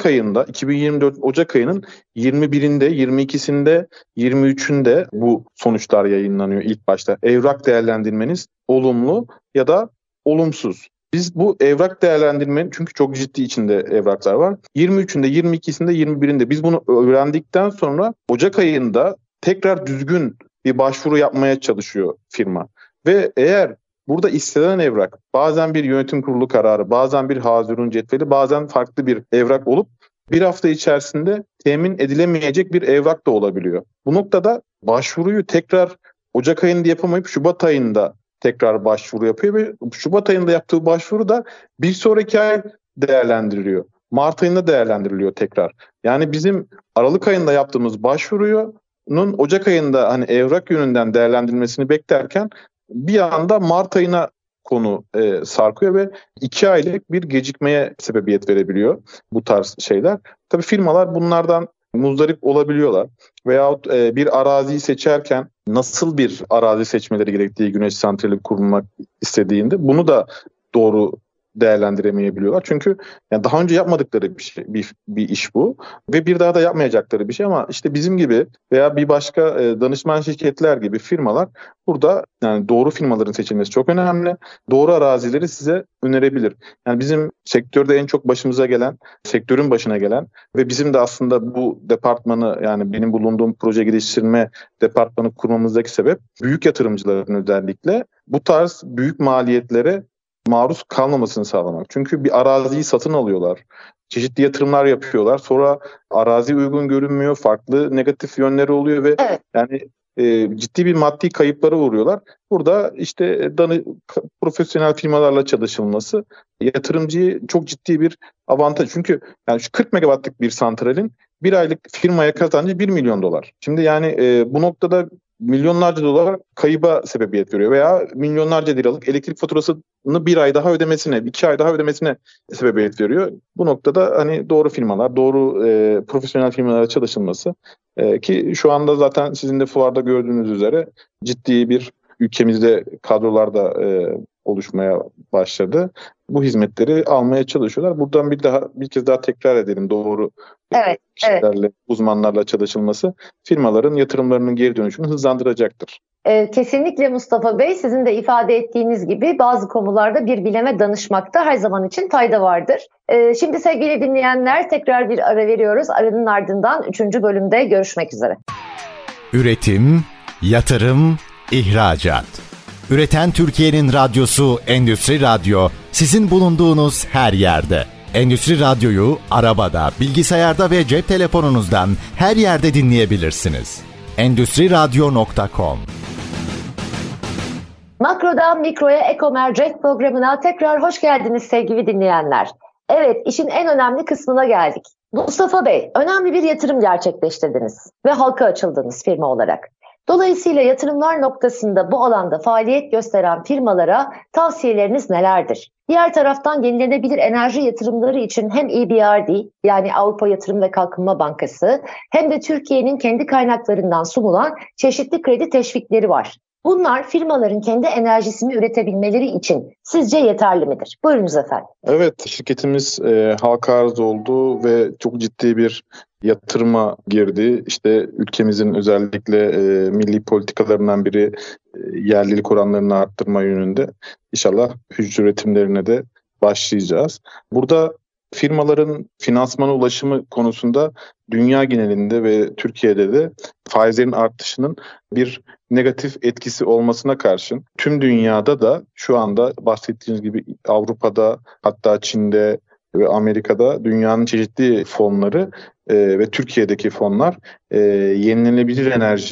2024 Ocak ayının 21'inde, 22'sinde, 23'ünde bu sonuçlar yayınlanıyor ilk başta. Evrak değerlendirmeniz olumlu ya da olumsuz. Biz bu evrak değerlendirmenin, çünkü çok ciddi içinde evraklar var, 23'ünde, 22'sinde, 21'inde biz bunu öğrendikten sonra Ocak ayında tekrar düzgün bir başvuru yapmaya çalışıyor firma. Ve eğer burada istenen evrak bazen bir yönetim kurulu kararı, bazen bir hazırun cetveli, bazen farklı bir evrak olup 1 hafta içerisinde temin edilemeyecek bir evrak da olabiliyor. Bu noktada başvuruyu tekrar Ocak ayında yapamayıp Şubat ayında tekrar başvuru yapıyor ve Şubat ayında yaptığı başvuru da bir sonraki ay değerlendiriliyor. Mart ayında değerlendiriliyor tekrar. Yani bizim Aralık ayında yaptığımız başvurunun Ocak ayında hani evrak yönünden değerlendirilmesini beklerken bir anda Mart ayına konu sarkıyor ve 2 aylık bir gecikmeye sebebiyet verebiliyor bu tarz şeyler. Tabii firmalar bunlardan muzdarip olabiliyorlar. Veyahut bir araziyi seçerken nasıl bir arazi seçmeleri gerektiği, güneş santrali kurmak istediğinde bunu da doğru değerlendiremeyebiliyorlar. Çünkü yani daha önce yapmadıkları bir iş bu ve bir daha da yapmayacakları bir şey, ama işte bizim gibi veya bir başka danışman şirketler gibi firmalar burada, yani doğru firmaların seçilmesi çok önemli. Doğru arazileri size önerebilir. Yani bizim sektörde en çok başımıza gelen, sektörün başına gelen ve bizim de aslında bu departmanı, yani benim bulunduğum proje geliştirme departmanı kurmamızdaki sebep, büyük yatırımcıların özellikle bu tarz büyük maliyetlere maruz kalmamasını sağlamak. Çünkü bir araziyi satın alıyorlar. Çeşitli yatırımlar yapıyorlar. Sonra arazi uygun görünmüyor. Farklı negatif yönleri oluyor ve yani ciddi bir maddi kayıplara uğruyorlar. Burada işte profesyonel firmalarla çalışılması yatırımcıyı çok ciddi bir avantaj. Çünkü yani şu 40 megawattlık bir santralin 1 aylık firmaya kazancı $1 milyon. Şimdi yani bu noktada milyonlarca dolar kayıba sebebiyet veriyor veya milyonlarca liralık elektrik faturasını bir ay daha ödemesine, 2 ay daha ödemesine sebebiyet veriyor. Bu noktada hani doğru firmalar, doğru profesyonel firmalara çalışılması ki şu anda zaten sizin de fuarda gördüğünüz üzere ciddi bir ülkemizde kadrolar da oluşmaya başladı. Bu hizmetleri almaya çalışıyorlar. Buradan bir kez daha tekrar edelim, doğru kişilerle, uzmanlarla çalışılması firmaların yatırımlarının geri dönüşünü hızlandıracaktır. Kesinlikle Mustafa Bey, sizin de ifade ettiğiniz gibi bazı konularda bir bileme danışmakta her zaman için fayda vardır. Şimdi sevgili dinleyenler, tekrar bir ara veriyoruz. Aranın ardından 3. bölümde görüşmek üzere. Üretim, yatırım, ihracat. Üreten Türkiye'nin radyosu Endüstri Radyo, sizin bulunduğunuz her yerde. Endüstri Radyo'yu arabada, bilgisayarda ve cep telefonunuzdan her yerde dinleyebilirsiniz. Endüstriradyo.com. Makrodan Mikro'ya Eko Mercek programına tekrar hoş geldiniz sevgili dinleyenler. Evet, işin en önemli kısmına geldik. Mustafa Bey, önemli bir yatırım gerçekleştirdiniz ve halka açıldınız firma olarak. Dolayısıyla yatırımlar noktasında bu alanda faaliyet gösteren firmalara tavsiyeleriniz nelerdir? Diğer taraftan yenilenebilir enerji yatırımları için hem EBRD, yani Avrupa Yatırım ve Kalkınma Bankası, hem de Türkiye'nin kendi kaynaklarından sunulan çeşitli kredi teşvikleri var. Bunlar firmaların kendi enerjisini üretebilmeleri için sizce yeterli midir? Buyurunuz efendim. Evet, şirketimiz halka arz oldu ve çok ciddi bir yatırıma girdi. İşte ülkemizin özellikle milli politikalarından biri yerlilik oranlarını arttırma yönünde. İnşallah hücre üretimlerine de başlayacağız. Burada firmaların finansmana ulaşımı konusunda dünya genelinde ve Türkiye'de de faizlerin artışının bir negatif etkisi olmasına karşın tüm dünyada da şu anda bahsettiğiniz gibi Avrupa'da, hatta Çin'de ve Amerika'da dünyanın çeşitli fonları ve Türkiye'deki fonlar yenilenebilir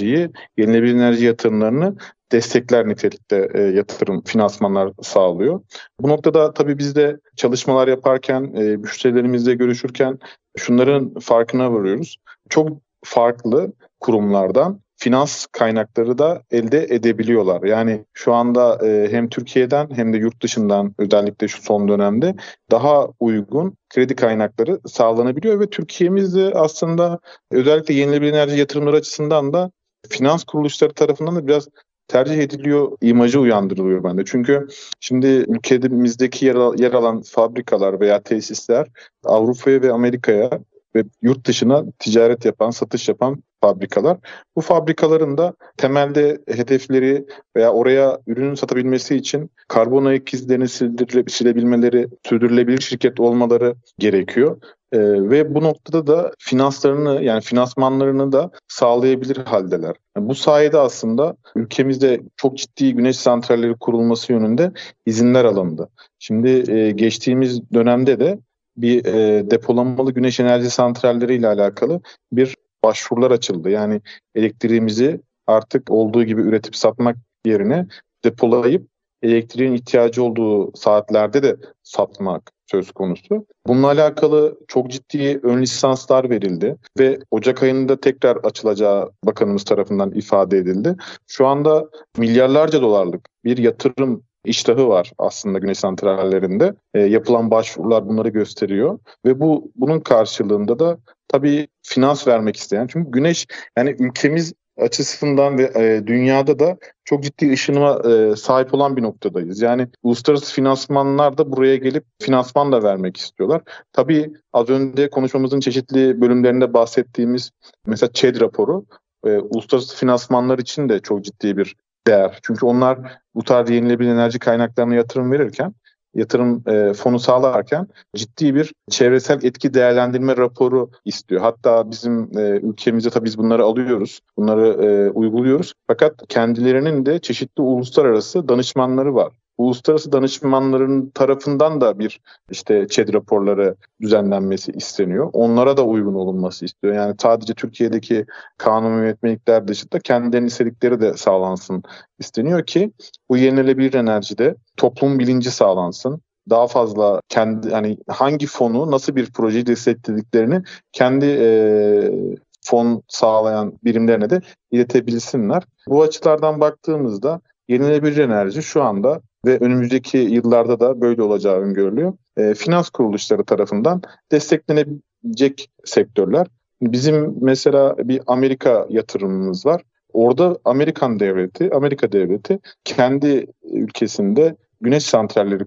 enerji yatırımlarını destekler nitelikte yatırım, finansmanlar sağlıyor. Bu noktada tabii biz de çalışmalar yaparken, müşterilerimizle görüşürken şunların farkına varıyoruz. Çok farklı kurumlardan finans kaynakları da elde edebiliyorlar. Yani şu anda hem Türkiye'den hem de yurt dışından özellikle şu son dönemde daha uygun kredi kaynakları sağlanabiliyor ve Türkiye'mizde aslında özellikle yenilenebilir enerji yatırımları açısından da finans kuruluşları tarafından da biraz tercih ediliyor imajı uyandırılıyor bende. Çünkü şimdi ülkemizdeki yer alan fabrikalar veya tesisler Avrupa'ya ve Amerika'ya ve yurt dışına ticaret yapan, satış yapan fabrikalar. Bu fabrikaların da temelde hedefleri veya oraya ürünün satabilmesi için karbon ayak izlerini silebilmeleri, sürdürülebilir şirket olmaları gerekiyor. Ve bu noktada da finanslarını, yani finansmanlarını da sağlayabilir haldeler. Bu sayede aslında ülkemizde çok ciddi güneş santralleri kurulması yönünde izinler alındı. Şimdi geçtiğimiz dönemde de bir depolamalı güneş enerji santralleri ile alakalı bir başvurular açıldı. Yani elektriğimizi artık olduğu gibi üretip satmak yerine depolayıp elektriğin ihtiyacı olduğu saatlerde de satmak söz konusu. Bununla alakalı çok ciddi ön lisanslar verildi ve Ocak ayında tekrar açılacağı bakanımız tarafından ifade edildi. Şu anda milyarlarca dolarlık bir yatırım iştahı var aslında güneş santrallerinde. Yapılan başvurular bunları gösteriyor ve bunun karşılığında da tabii finans vermek isteyen, çünkü güneş, yani ülkemiz açısından ve dünyada da çok ciddi ışınıma sahip olan bir noktadayız. Yani uluslararası finansmanlar da buraya gelip finansman da vermek istiyorlar. Tabii az önce konuşmamızın çeşitli bölümlerinde bahsettiğimiz mesela ÇED raporu uluslararası finansmanlar için de çok ciddi bir değer. Çünkü onlar bu tarz yenilenebilir enerji kaynaklarına yatırım fonu sağlarken ciddi bir çevresel etki değerlendirme raporu istiyor. Hatta bizim ülkemizde tabii biz bunları alıyoruz, bunları uyguluyoruz. Fakat kendilerinin de çeşitli uluslararası danışmanları var. Uluslararası danışmanların tarafından da bir ÇED raporları düzenlenmesi isteniyor. Onlara da uygun olunması istiyor. Yani sadece Türkiye'deki kanun ve yönetmelikler dışında kendilerinin istedikleri de sağlansın isteniyor ki bu yenilenebilir enerjide toplum bilinci sağlansın. Daha fazla hangi fonu, nasıl bir projeyi desteklediklerini kendi fon sağlayan birimlerine de iletebilsinler. Bu açılardan baktığımızda yenilenebilir enerji şu anda ve önümüzdeki yıllarda da böyle olacağı öngörülüyor. Finans kuruluşları tarafından desteklenebilecek sektörler. Bizim mesela bir Amerika yatırımımız var. Orada Amerika devleti kendi ülkesinde güneş santralleri,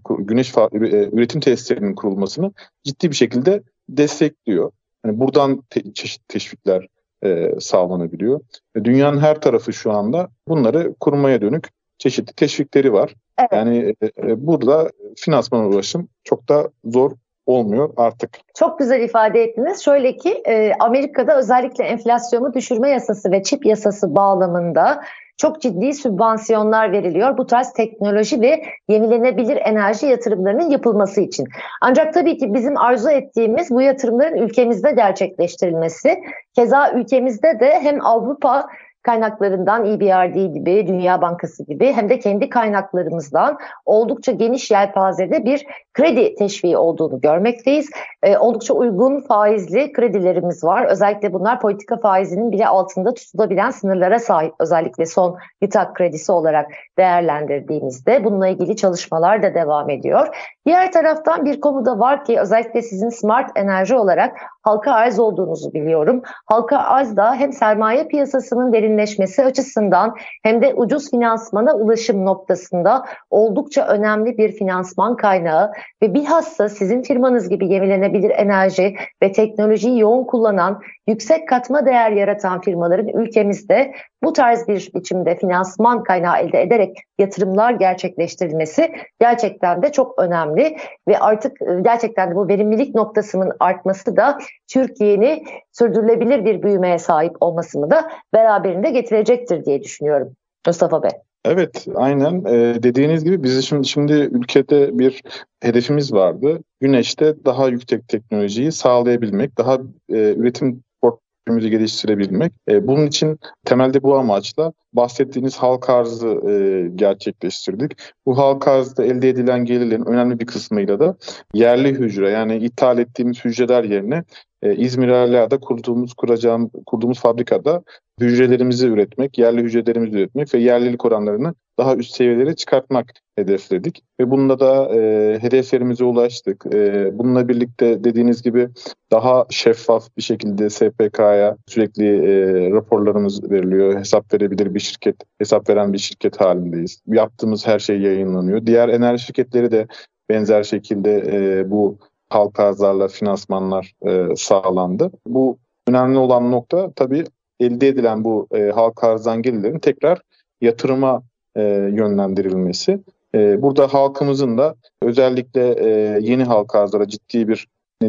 üretim tesislerinin kurulmasını ciddi bir şekilde destekliyor. Yani buradan çeşitli teşvikler sağlanabiliyor. Dünyanın her tarafı şu anda bunları kurmaya dönük çeşitli teşvikleri var. Evet. Yani burada finansmana ulaşım çok da zor olmuyor artık. Çok güzel ifade ettiniz. Şöyle ki Amerika'da özellikle enflasyonu düşürme yasası ve çip yasası bağlamında çok ciddi sübvansiyonlar veriliyor bu tarz teknoloji ve yenilenebilir enerji yatırımlarının yapılması için. Ancak tabii ki bizim arzu ettiğimiz bu yatırımların ülkemizde gerçekleştirilmesi. Keza ülkemizde de hem Avrupa kaynaklarından EBRD gibi, Dünya Bankası gibi hem de kendi kaynaklarımızdan oldukça geniş yelpazede bir kredi teşviği olduğunu görmekteyiz. Oldukça uygun faizli kredilerimiz var. Özellikle bunlar politika faizinin bile altında tutulabilen sınırlara sahip. Özellikle son YTAK kredisi olarak değerlendirdiğimizde bununla ilgili çalışmalar da devam ediyor. Diğer taraftan bir konu da var ki özellikle sizin smart enerji olarak halka arz olduğunuzu biliyorum. Halka arz da hem sermaye piyasasının derinleşmesi açısından hem de ucuz finansmana ulaşım noktasında oldukça önemli bir finansman kaynağı ve bilhassa sizin firmanız gibi yenilenebilir enerji ve teknolojiyi yoğun kullanan, yüksek katma değer yaratan firmaların ülkemizde bu tarz bir biçimde finansman kaynağı elde ederek yatırımlar gerçekleştirilmesi gerçekten de çok önemli ve artık gerçekten de bu verimlilik noktasının artması da Türkiye'nin sürdürülebilir bir büyümeye sahip olmasını da beraberinde getirecektir diye düşünüyorum. Mustafa Bey. Evet, aynen. Dediğiniz gibi bizim şimdi ülkede bir hedefimiz vardı. Güneşte daha yüksek teknolojiyi sağlayabilmek, daha üretim portföyümüzü geliştirebilmek. Bunun için temelde bu amaçla bahsettiğiniz halka arzı gerçekleştirdik. Bu halka arzda elde edilen gelirlerin önemli bir kısmıyla da yerli hücre, yani ithal ettiğimiz hücreler yerine İzmir Ala'da kurduğumuz fabrikada hücrelerimizi üretmek, yerli hücrelerimizi üretmek ve yerlilik oranlarını daha üst seviyelere çıkartmak hedefledik. Ve bununla da hedeflerimize ulaştık. Bununla birlikte dediğiniz gibi daha şeffaf bir şekilde SPK'ya sürekli raporlarımız veriliyor. Hesap veren bir şirket halindeyiz. Yaptığımız her şey yayınlanıyor. Diğer enerji şirketleri de benzer şekilde bu halka arzlarla finansmanlar sağlandı. Bu önemli olan nokta tabii elde edilen bu halka arzdan gelirlerin tekrar yatırıma yönlendirilmesi. Burada halkımızın da özellikle yeni halka arzlara ciddi bir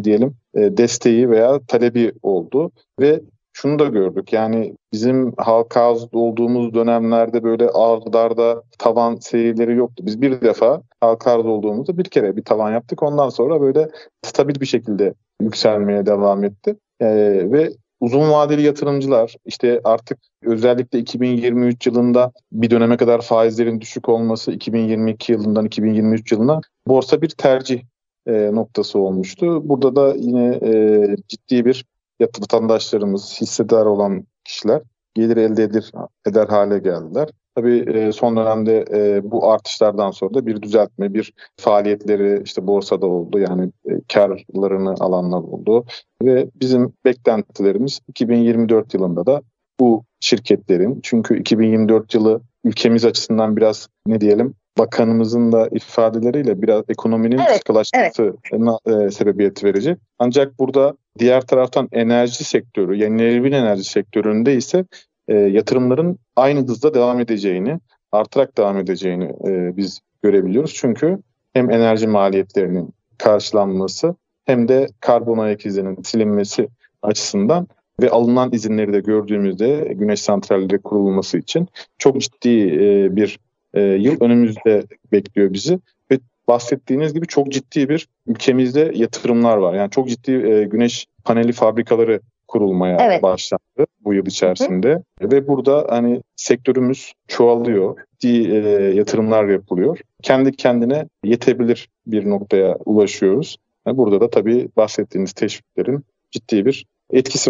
desteği veya talebi oldu ve şunu da gördük, yani bizim halka arz olduğumuz dönemlerde böyle ardarda tavan seyirleri yoktu. Biz bir defa halka arz olduğumuzda bir kere bir tavan yaptık, ondan sonra böyle stabil bir şekilde yükselmeye devam etti ve uzun vadeli yatırımcılar işte artık özellikle 2023 yılında bir döneme kadar faizlerin düşük olması 2022 yılından 2023 yılına borsa bir tercih noktası olmuştu. Burada da yine ciddi bir vatandaşlarımız, hissedar olan kişiler gelir elde eder hale geldiler. Tabii son dönemde bu artışlardan sonra da bir düzeltme, bir faaliyetleri işte borsada oldu. Yani karlarını alanlar oldu. Ve bizim beklentilerimiz 2024 yılında da bu şirketlerin, çünkü 2024 yılı ülkemiz açısından biraz bakanımızın da ifadeleriyle biraz ekonominin sıkılaşmasına sebebiyet verecek. Ancak burada diğer taraftan enerji sektörü, yenilenebilir enerji sektöründe ise yatırımların aynı hızda devam edeceğini, artarak devam edeceğini biz görebiliyoruz. Çünkü hem enerji maliyetlerinin karşılanması hem de karbon ayak izinin silinmesi açısından ve alınan izinleri de gördüğümüzde güneş santralleri kurulması için çok ciddi bir yıl önümüzde bekliyor bizi. Ve bahsettiğiniz gibi çok ciddi bir ülkemizde yatırımlar var. Yani çok ciddi güneş paneli fabrikaları kurulmaya başlandı bu yıl içerisinde. Ve burada hani sektörümüz çoğalıyor. Ciddi yatırımlar yapılıyor. Kendi kendine yetebilir bir noktaya ulaşıyoruz. Burada da tabii bahsettiğiniz teşviklerin ciddi bir etkisi var.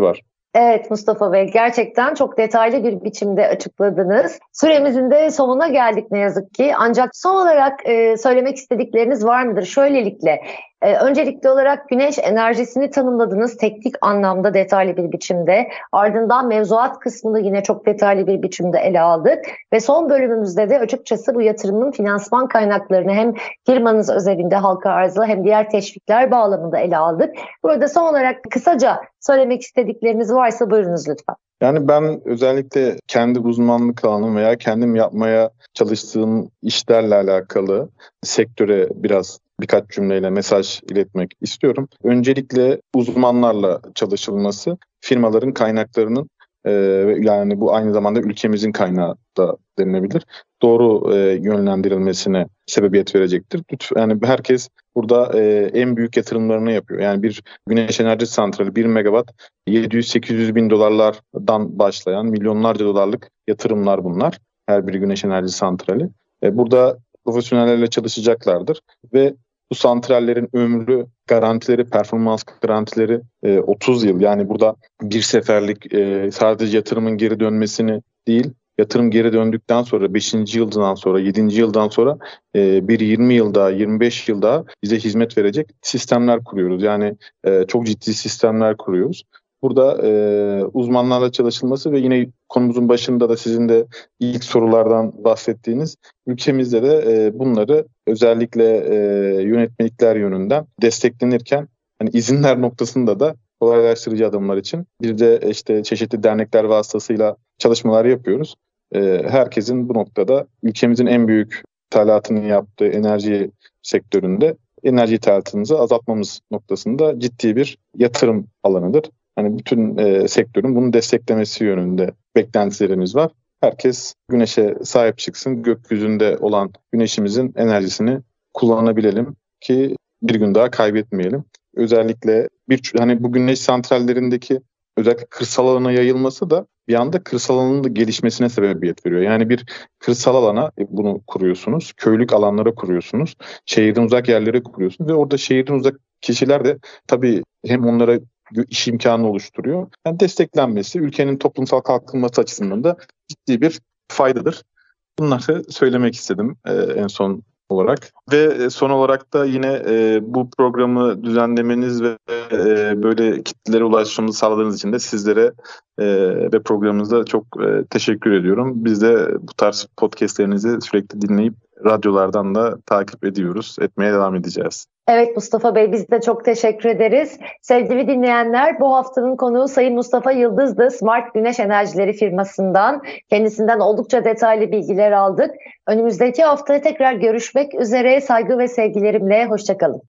Evet Mustafa Bey, gerçekten çok detaylı bir biçimde açıkladınız. Süremizin de sonuna geldik ne yazık ki. Ancak son olarak söylemek istedikleriniz var mıdır? Şöylelikle, öncelikli olarak güneş enerjisini tanımladınız teknik anlamda detaylı bir biçimde. Ardından mevzuat kısmını yine çok detaylı bir biçimde ele aldık. Ve son bölümümüzde de açıkçası bu yatırımın finansman kaynaklarını hem firmanız özelinde halka arzı hem diğer teşvikler bağlamında ele aldık. Burada son olarak kısaca söylemek istedikleriniz varsa buyurunuz lütfen. Yani ben özellikle kendi uzmanlık alanım veya kendim yapmaya çalıştığım işlerle alakalı sektöre birkaç cümleyle mesaj iletmek istiyorum. Öncelikle uzmanlarla çalışılması, firmaların kaynaklarının yani bu aynı zamanda ülkemizin kaynağı da denilebilir, doğru yönlendirilmesine sebebiyet verecektir. Yani herkes burada en büyük yatırımlarını yapıyor. Yani bir güneş enerji santrali 1 megawatt 700-800 bin dolarlardan başlayan milyonlarca dolarlık yatırımlar bunlar. Her bir güneş enerji santrali. Burada profesyonellerle çalışacaklardır ve bu santrallerin ömrü garantileri, performans garantileri 30 yıl. Yani burada bir seferlik sadece yatırımın geri dönmesini değil, yatırım geri döndükten sonra 5. yıldan sonra 7. yıldan sonra bir 20 yıl daha 25 yıl daha bize hizmet verecek sistemler kuruyoruz. Yani çok ciddi sistemler kuruyoruz. Burada uzmanlarla çalışılması ve yine konumuzun başında da sizin de ilk sorulardan bahsettiğiniz ülkemizde de bunları özellikle yönetmelikler yönünden desteklenirken hani izinler noktasında da kolaylaştırıcı adımlar için bir de işte çeşitli dernekler vasıtasıyla çalışmalar yapıyoruz. Herkesin bu noktada ülkemizin en büyük ithalatını yaptığı enerji sektöründe enerji ithalatımızı azaltmamız noktasında ciddi bir yatırım alanıdır. Hani bütün sektörün bunu desteklemesi yönünde beklentilerimiz var. Herkes güneşe sahip çıksın, gökyüzünde olan güneşimizin enerjisini kullanabilelim ki bir gün daha kaybetmeyelim. Özellikle hani bu güneş santrallerindeki özellikle kırsal alana yayılması da bir anda kırsal alanın da gelişmesine sebebiyet veriyor. Yani bir kırsal alana bunu kuruyorsunuz, köylük alanlara kuruyorsunuz, şehirden uzak yerlere kuruyorsunuz ve orada şehirden uzak kişiler de tabii hem onlara iş imkanı oluşturuyor. Yani desteklenmesi ülkenin toplumsal kalkınması açısından da ciddi bir faydadır. Bunları söylemek istedim en son olarak. Ve son olarak da yine bu programı düzenlemeniz ve böyle kitlelere ulaşmamızı sağladığınız için de sizlere ve programınıza çok teşekkür ediyorum. Biz de bu tarz podcastlerinizi sürekli dinleyip radyolardan da takip ediyoruz. Etmeye devam edeceğiz. Evet Mustafa Bey, biz de çok teşekkür ederiz. Sevgili dinleyenler, bu haftanın konuğu Sayın Mustafa Yıldız'dı. Smart Güneş Enerjileri firmasından. Kendisinden oldukça detaylı bilgiler aldık. Önümüzdeki haftaya tekrar görüşmek üzere. Saygı ve sevgilerimle, hoşça kalın.